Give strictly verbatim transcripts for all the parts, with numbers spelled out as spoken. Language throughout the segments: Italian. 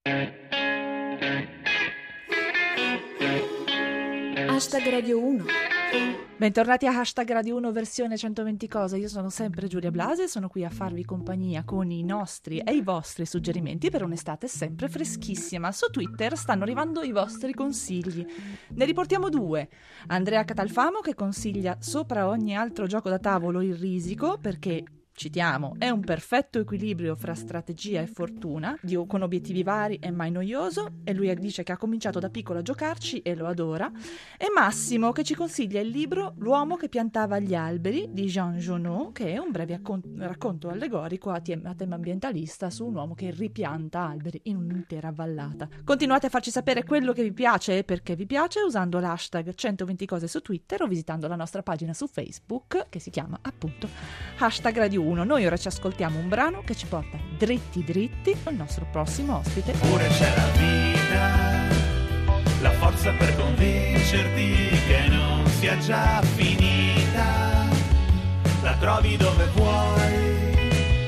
Hashtag Radio uno. Bentornati a Hashtag Radio uno versione centoventi cose. Io sono sempre Giulia Blasi e sono qui a farvi compagnia con i nostri e i vostri suggerimenti per un'estate sempre freschissima. Su Twitter stanno arrivando i vostri consigli. Ne riportiamo due. Andrea Catalfamo che consiglia sopra ogni altro gioco da tavolo il Risico perché, citiamo, è un perfetto equilibrio fra strategia e fortuna, Dio con obiettivi vari e mai noioso, e lui dice che ha cominciato da piccolo a giocarci e lo adora. E Massimo che ci consiglia il libro L'uomo che piantava gli alberi di Jean Genot, che è un breve accon- racconto allegorico a, tie- a tema ambientalista su un uomo che ripianta alberi in un'intera vallata. Continuate a farci sapere quello che vi piace e perché vi piace usando l'hashtag centoventi cose su Twitter o visitando la nostra pagina su Facebook che si chiama appunto Hashtag Radio uno. Noi ora ci ascoltiamo un brano che ci porta dritti dritti al nostro prossimo ospite. Pure c'è la vita, la forza per convincerti che non sia già finita, la trovi dove vuoi,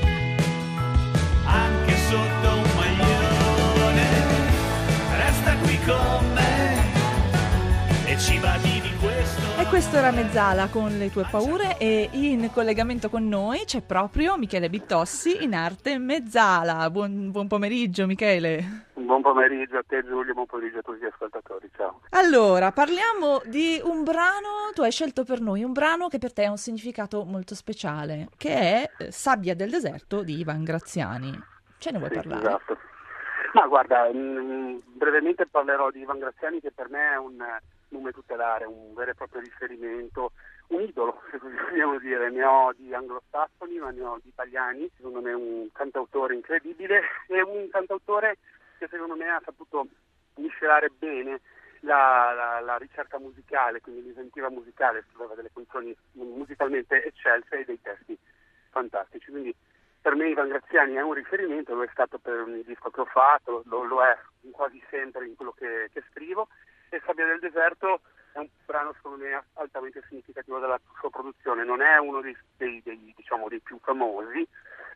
anche sotto un maglione, resta qui con me e ci badi di questo. E questo era Mezzala con le tue paure e in collegamento con noi c'è proprio Michele Bittossi in arte Mezzala. Buon, buon pomeriggio Michele. Buon pomeriggio a te Giulio, buon pomeriggio a tutti gli ascoltatori, ciao. Allora, parliamo di un brano, tu hai scelto per noi un brano che per te ha un significato molto speciale, che è Sabbia del deserto di Ivan Graziani. Ce ne vuoi Sì, parlare? esatto. Ma guarda, mh, brevemente parlerò di Ivan Graziani che per me è un nome tutelare, un vero e proprio riferimento, un idolo, se così vogliamo dire. Ne ho di anglosassoni, ma ne ho di italiani. Secondo me è un cantautore incredibile e un cantautore che secondo me ha saputo miscelare bene la, la, la ricerca musicale, quindi l'inventiva musicale, scriveva delle canzoni musicalmente eccelse e dei testi fantastici. Quindi per me Ivan Graziani è un riferimento, lo è stato per un disco che ho fatto, lo, lo è quasi sempre in quello che, che scrivo, e Sabbia del deserto è un brano secondo me altamente significativo della sua produzione. Non è uno dei, dei, dei, diciamo, dei più famosi,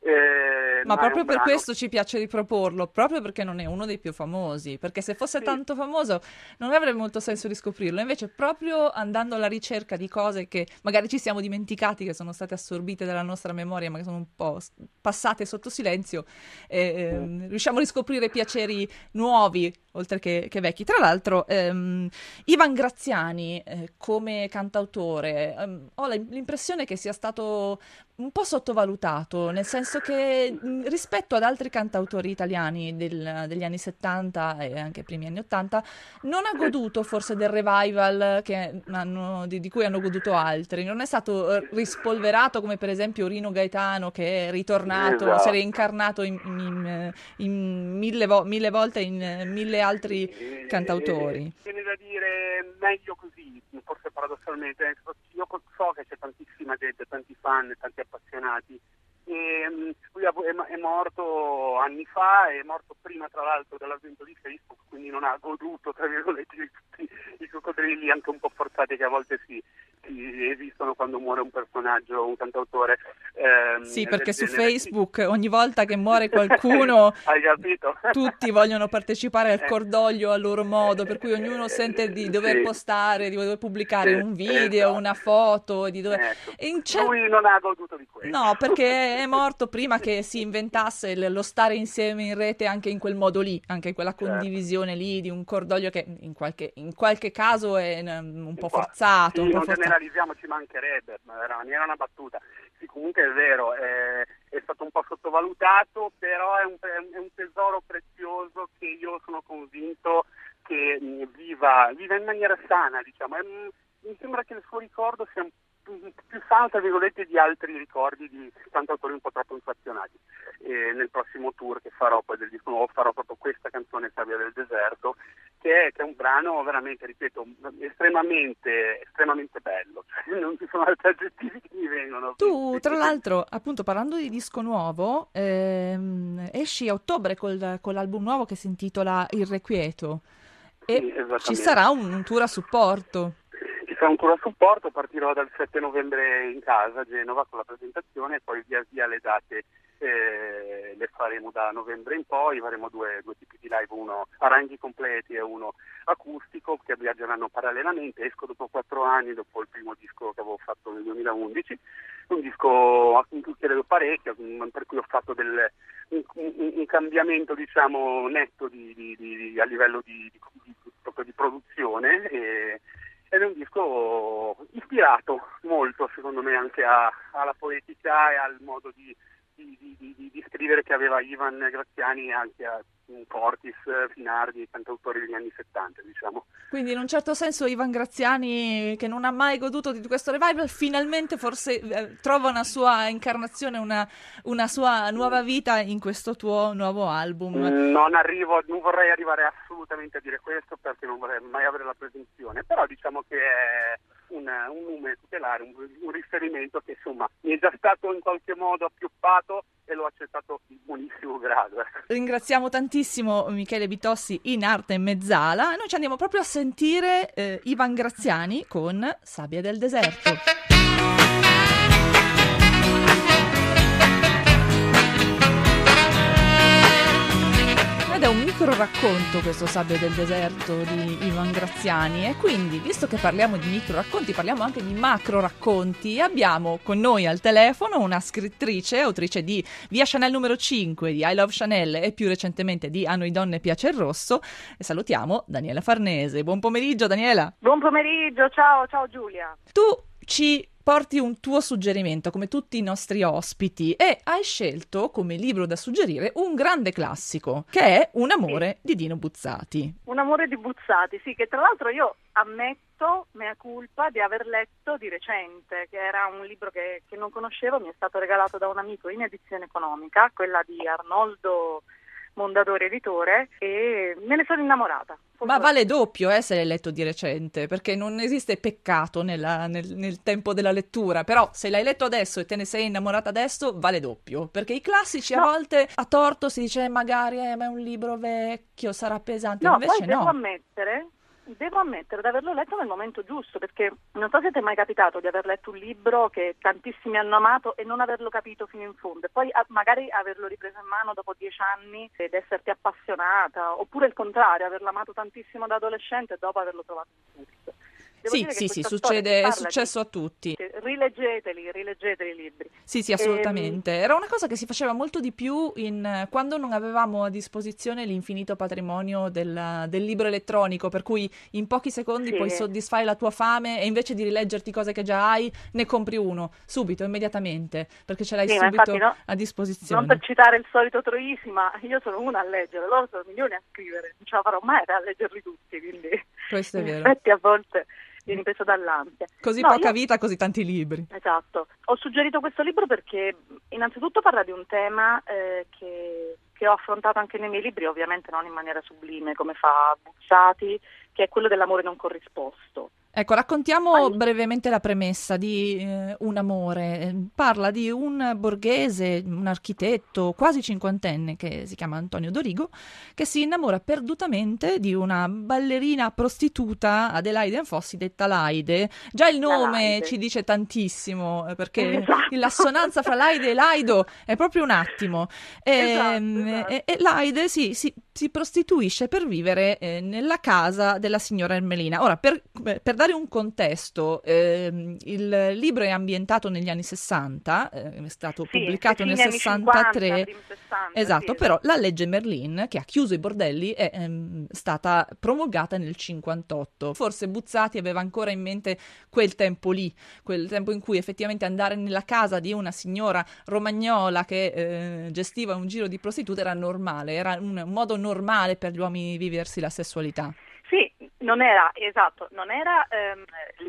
eh, Ma ma proprio è un per brano... questo ci piace riproporlo, proprio perché non è uno dei più famosi, perché se fosse Sì. tanto famoso non avrebbe molto senso riscoprirlo, invece proprio andando alla ricerca di cose che magari ci siamo dimenticati, che sono state assorbite dalla nostra memoria, ma che sono un po' passate sotto silenzio, eh, Mm. riusciamo a riscoprire piaceri nuovi, oltre che, che vecchi. Tra l'altro, ehm, Ivan Graziani, eh, come cantautore, ehm, ho la- l'impressione che sia stato un po' sottovalutato, nel senso che mh, rispetto ad altri cantautori italiani del- degli anni settanta e anche primi anni ottanta, non ha goduto forse del revival che hanno- di, di cui hanno goduto altri. Non è stato eh, rispolverato come per esempio Rino Gaetano, che è ritornato, si è Esatto. reincarnato in, in- in mille, vo- mille volte in eh, mille altri Eh, cantautori. Viene da dire meglio così, forse paradossalmente. Io so che c'è tantissima gente, tanti fan, tanti appassionati. E, mh, lui è, è morto anni fa, è morto prima tra l'altro dell'avvento di Facebook, quindi non ha goduto tra virgolette di tutti i coccodrilli anche un po' forzati che a volte si, si esistono quando muore un personaggio, un cantautore. Ehm, Sì, del perché su genere. Facebook ogni volta che muore qualcuno Hai capito? tutti vogliono partecipare al Eh, cordoglio a loro modo, per cui ognuno sente di dover sì. postare, di dover pubblicare Sì, un video, esatto. una foto, di dover... Ecco. e in cer- Lui non ha goduto di questo. No, perché è morto prima che si inventasse il- lo stare insieme in rete anche in quel modo lì, anche in quella Certo. condivisione lì di un cordoglio che in qualche, in qualche caso è mm, un po' Qua. forzato, Sì, un po' non forzato. generalizziamo, ci mancherebbe, ma era, era una battuta. Sì, comunque è vero, è, è stato un po' sottovalutato, però è un, è un tesoro prezioso che io sono convinto che mh, viva, viva in maniera sana, diciamo. È, mh, mi sembra che il suo ricordo sia un più sano, tra virgolette, di altri ricordi di cantautori un po' troppo inflazionati. E nel prossimo tour che farò poi del disco nuovo farò proprio questa canzone Sabbia del deserto, che è, che è un brano veramente, ripeto, estremamente estremamente bello, cioè, non ci sono altri aggettivi che mi vengono. Tu, tra l'altro, appunto parlando di disco nuovo, ehm, esci a ottobre col- con l'album nuovo che si intitola Irrequieto e Sì, esattamente. ci sarà un, un tour a supporto. Ci sarà un tour a supporto, partirò dal sette novembre in casa a Genova con la presentazione e poi via via le date eh, le faremo da novembre in poi, faremo due, due tipi di live scrivo, uno a ranghi completi e uno acustico, che viaggeranno parallelamente. Esco dopo quattro anni, dopo il primo disco che avevo fatto nel duemilaundici, un disco in cui credo parecchio, per cui ho fatto del, un, un, un cambiamento, diciamo, netto di, di, di, a livello di, di, di, proprio di produzione, e, ed è un disco ispirato molto, secondo me, anche a, alla poetica e al modo di, di, di, di, di scrivere che aveva Ivan Graziani, e anche a Fortis, Finardi, cantautori degli anni settanta, diciamo. Quindi in un certo senso Ivan Graziani, che non ha mai goduto di questo revival, finalmente forse eh, trova una sua incarnazione, una, una sua nuova vita in questo tuo nuovo album. Non arrivo, non vorrei arrivare assolutamente a dire questo, perché non vorrei mai avere la presunzione, però diciamo che è un, un nome tutelare, un, un riferimento che insomma mi è già stato in qualche modo appioppato e l'ho accettato in buonissimo grado. Ringraziamo tantissimo Michele Bitossi in arte e mezzala, e noi ci andiamo proprio a sentire eh, Ivan Graziani con Sabbia del deserto. Ed è un micro racconto questo Sabbia del deserto di Ivan Graziani, e quindi, visto che parliamo di micro racconti, parliamo anche di macro racconti. Abbiamo con noi al telefono una scrittrice, autrice di Via Chanel numero cinque, di I Love Chanel e più recentemente di A noi donne piace il rosso, e salutiamo Daniela Farnese. Buon pomeriggio Daniela. Buon pomeriggio, ciao, ciao Giulia. Tu ci porti un tuo suggerimento, come tutti i nostri ospiti, e hai scelto come libro da suggerire un grande classico, che è Un amore sì. di Dino Buzzati. Un amore di Buzzati, sì, che tra l'altro io ammetto, mea culpa, di aver letto di recente, che era un libro che, che non conoscevo, mi è stato regalato da un amico in edizione economica, quella di Arnoldo Mondadori editore, e me ne sono innamorata. Ma vale doppio eh, se l'hai letto di recente, perché non esiste peccato nella, nel, nel tempo della lettura, però se l'hai letto adesso e te ne sei innamorata adesso, vale doppio, perché i classici no. a volte a torto si dice magari eh, ma è un libro vecchio, sarà pesante, no, invece poi devo no. ammettere Devo ammettere di averlo letto nel momento giusto, perché non so se ti è mai capitato di aver letto un libro che tantissimi hanno amato e non averlo capito fino in fondo, e poi a, magari averlo ripreso in mano dopo dieci anni ed esserti appassionata, oppure il contrario, averlo amato tantissimo da adolescente e dopo averlo trovato in tutto. Devo sì, sì, sì, succede, è successo di... a tutti. Rileggeteli, rileggeteli i libri. Sì, sì, assolutamente. Era una cosa che si faceva molto di più in, quando non avevamo a disposizione l'infinito patrimonio del, del libro elettronico, per cui in pochi secondi sì. puoi soddisfare la tua fame e invece di rileggerti cose che già hai, ne compri uno, subito, immediatamente, perché ce l'hai sì, subito no, a disposizione. Non per citare il solito Troisi, ma io sono una a leggere, loro sono milioni a scrivere, non ce la farò mai a leggerli tutti, quindi questo è in vero. effetti a volte vieni preso dall'ansia. Così no, poca io... vita, così tanti libri. Esatto. Ho suggerito questo libro perché innanzitutto parla di un tema eh, che, che ho affrontato anche nei miei libri, ovviamente non in maniera sublime come fa Buzzati, che è quello dell'amore non corrisposto. Ecco, raccontiamo brevemente la premessa di eh, Un amore. Parla di un borghese, un architetto quasi cinquantenne che si chiama Antonio Dorigo, che si innamora perdutamente di una ballerina prostituta, Adelaide Anfossi, detta Laide. Già il nome Laide. ci dice tantissimo, perché esatto. l'assonanza fra Laide e Laido è proprio un attimo. E, esatto, esatto. e, e Laide si, si, si prostituisce per vivere eh, nella casa della signora Ermelina. Ora, per, per dare un contesto, ehm, il libro è ambientato negli anni sessanta, eh, è stato sì, pubblicato nel sessantatré, cinquanta, sessanta, esatto, sì, però esatto. la legge Merlin, che ha chiuso i bordelli, è ehm, stata promulgata nel cinquantotto. Forse Buzzati aveva ancora in mente quel tempo lì, quel tempo in cui effettivamente andare nella casa di una signora romagnola che eh, gestiva un giro di prostitute era normale, era un modo normale per gli uomini viversi la sessualità. Sì, non era, esatto, non era ehm,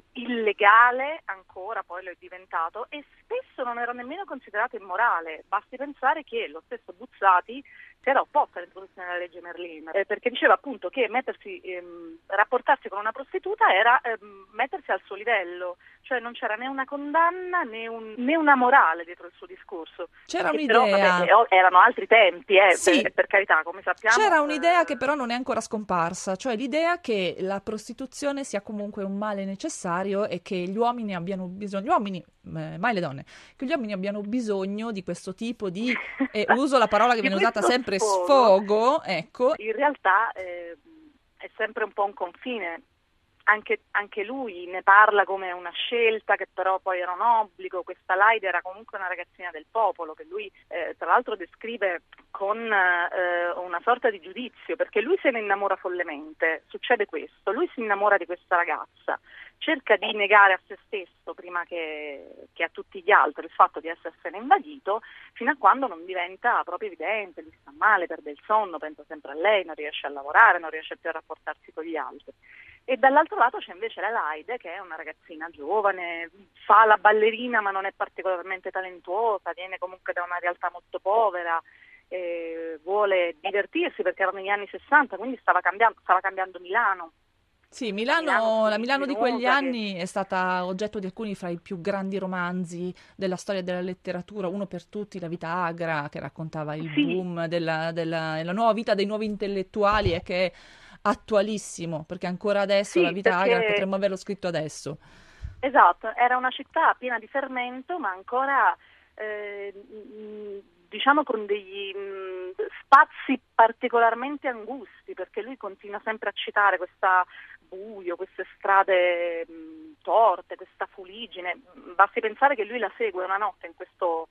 illegale ancora, poi lo è diventato, e spesso non era nemmeno considerato immorale. Basti pensare che lo stesso Buzzati si era opposto all'introduzione della legge Merlin, eh, perché diceva appunto che mettersi, ehm, rapportarsi con una prostituta era ehm, mettersi al suo livello, cioè non c'era né una condanna né, un, né una morale dietro il suo discorso. C'era e un'idea. Però, vabbè, erano altri tempi, eh, sì. per, per carità, come sappiamo. C'era un'idea che però non è ancora scomparsa, cioè l'idea che la prostituzione sia comunque un male necessario e che gli uomini abbiano bisogno, gli uomini eh, mai le donne, che gli uomini abbiano bisogno di questo tipo di, e uso la parola che viene usata sempre, sfogo, sfogo, ecco. In realtà eh, è sempre un po' un confine. Anche, anche lui ne parla come una scelta che però poi era un obbligo. Questa Laide era comunque una ragazzina del popolo che lui eh, tra l'altro descrive con eh, una sorta di giudizio, perché lui se ne innamora follemente. Succede questo, lui si innamora di questa ragazza, cerca di negare a se stesso prima che, che a tutti gli altri il fatto di essersene invadito, fino a quando non diventa proprio evidente, lui sta male, perde il sonno, pensa sempre a lei, non riesce a lavorare, non riesce più a rapportarsi con gli altri. E dall'altro lato c'è invece la Laide, che è una ragazzina giovane, fa la ballerina ma non è particolarmente talentuosa, viene comunque da una realtà molto povera, eh, vuole divertirsi perché erano gli anni sessanta, quindi stava cambiando, stava cambiando Milano. Sì, Milano, Milano la Milano di quegli che... anni è stata oggetto di alcuni fra i più grandi romanzi della storia della letteratura, uno per tutti, La vita agra, che raccontava il sì. boom della, della, della nuova vita dei nuovi intellettuali e che è attualissimo, perché ancora adesso Sì, La vita perché... agra potremmo averlo scritto adesso. Esatto, era una città piena di fermento, ma ancora eh, diciamo con degli mh, spazi particolarmente angusti, perché lui continua sempre a citare questa buio, queste strade mh, torte, questa fuligine. Basti pensare che lui la segue una notte in questo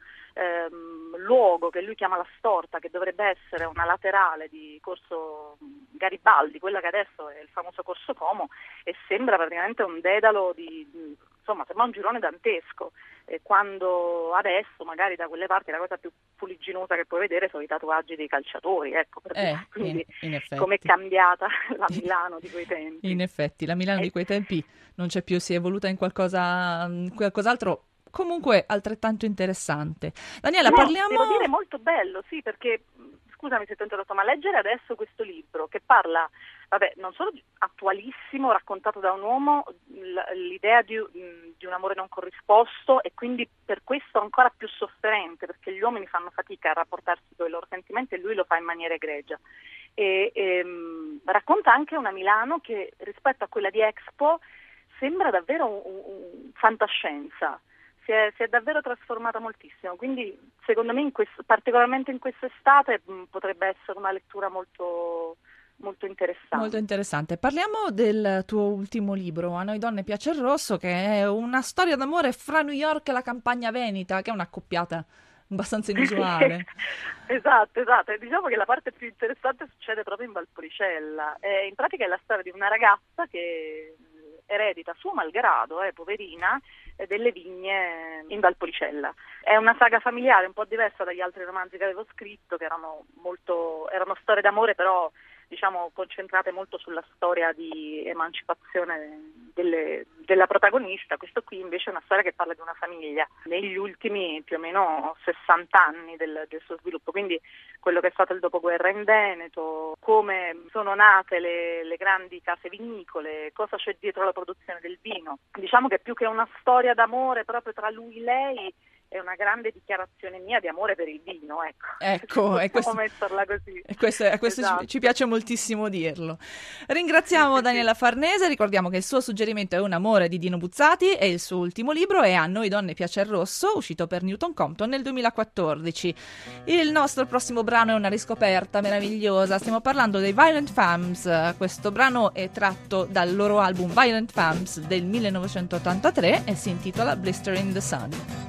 ehm, luogo che lui chiama La Storta, che dovrebbe essere una laterale di Corso Garibaldi, quella che adesso è il famoso Corso Como, e sembra praticamente un dedalo di, insomma, sembra un girone dantesco, e quando adesso magari da quelle parti la cosa più fuligginosa che puoi vedere sono i tatuaggi dei calciatori, ecco, per Eh, quindi in, in com'è cambiata la Milano di quei tempi. In effetti, la Milano eh. di quei tempi non c'è più, si è evoluta in qualcosa, in qualcos'altro comunque altrettanto interessante. Daniela, no, parliamo... devo dire molto bello, sì, perché, scusami se ti ho interrotto, ma leggere adesso questo libro che parla, vabbè, non solo attualissimo, raccontato da un uomo, l'idea di, di un amore non corrisposto, e quindi per questo ancora più sofferente, perché gli uomini fanno fatica a rapportarsi con i loro sentimenti e lui lo fa in maniera egregia. E, e racconta anche una Milano che rispetto a quella di Expo sembra davvero un, un, un fantascienza. Si è, si è davvero trasformata moltissimo, quindi secondo me in questo, particolarmente in quest'estate mh, potrebbe essere una lettura molto, molto interessante. Molto interessante. Parliamo del tuo ultimo libro, A noi donne piace il rosso, che è una storia d'amore fra New York e la campagna veneta, che è una accoppiata abbastanza inusuale. Esatto, esatto. E diciamo che la parte più interessante succede proprio in Valpolicella. Eh, in pratica è la storia di una ragazza che eredita suo malgrado, eh, poverina, eh, delle vigne in Valpolicella. È una saga familiare un po' diversa dagli altri romanzi che avevo scritto, che erano molto, erano storie d'amore, però diciamo concentrate molto sulla storia di emancipazione delle, della protagonista. Questo qui invece è una storia che parla di una famiglia negli ultimi più o meno sessanta anni del, del suo sviluppo, quindi quello che è stato il dopoguerra in Veneto, come sono nate le, le grandi case vinicole, cosa c'è dietro la produzione del vino. Diciamo che più che una storia d'amore proprio tra lui e lei, è una grande dichiarazione mia di amore per il vino, ecco. Ecco, e questo, metterla così. E questo, e questo esatto. ci, ci piace moltissimo dirlo. Ringraziamo Daniela Farnese, ricordiamo che il suo suggerimento è Un amore di Dino Buzzati e il suo ultimo libro è A noi donne piace il rosso, uscito per Newton Compton nel duemilaquattordici. Il nostro prossimo brano è una riscoperta meravigliosa, stiamo parlando dei Violent Femmes. Questo brano è tratto dal loro album Violent Femmes del millenovecentottantatré e si intitola Blister in the Sun.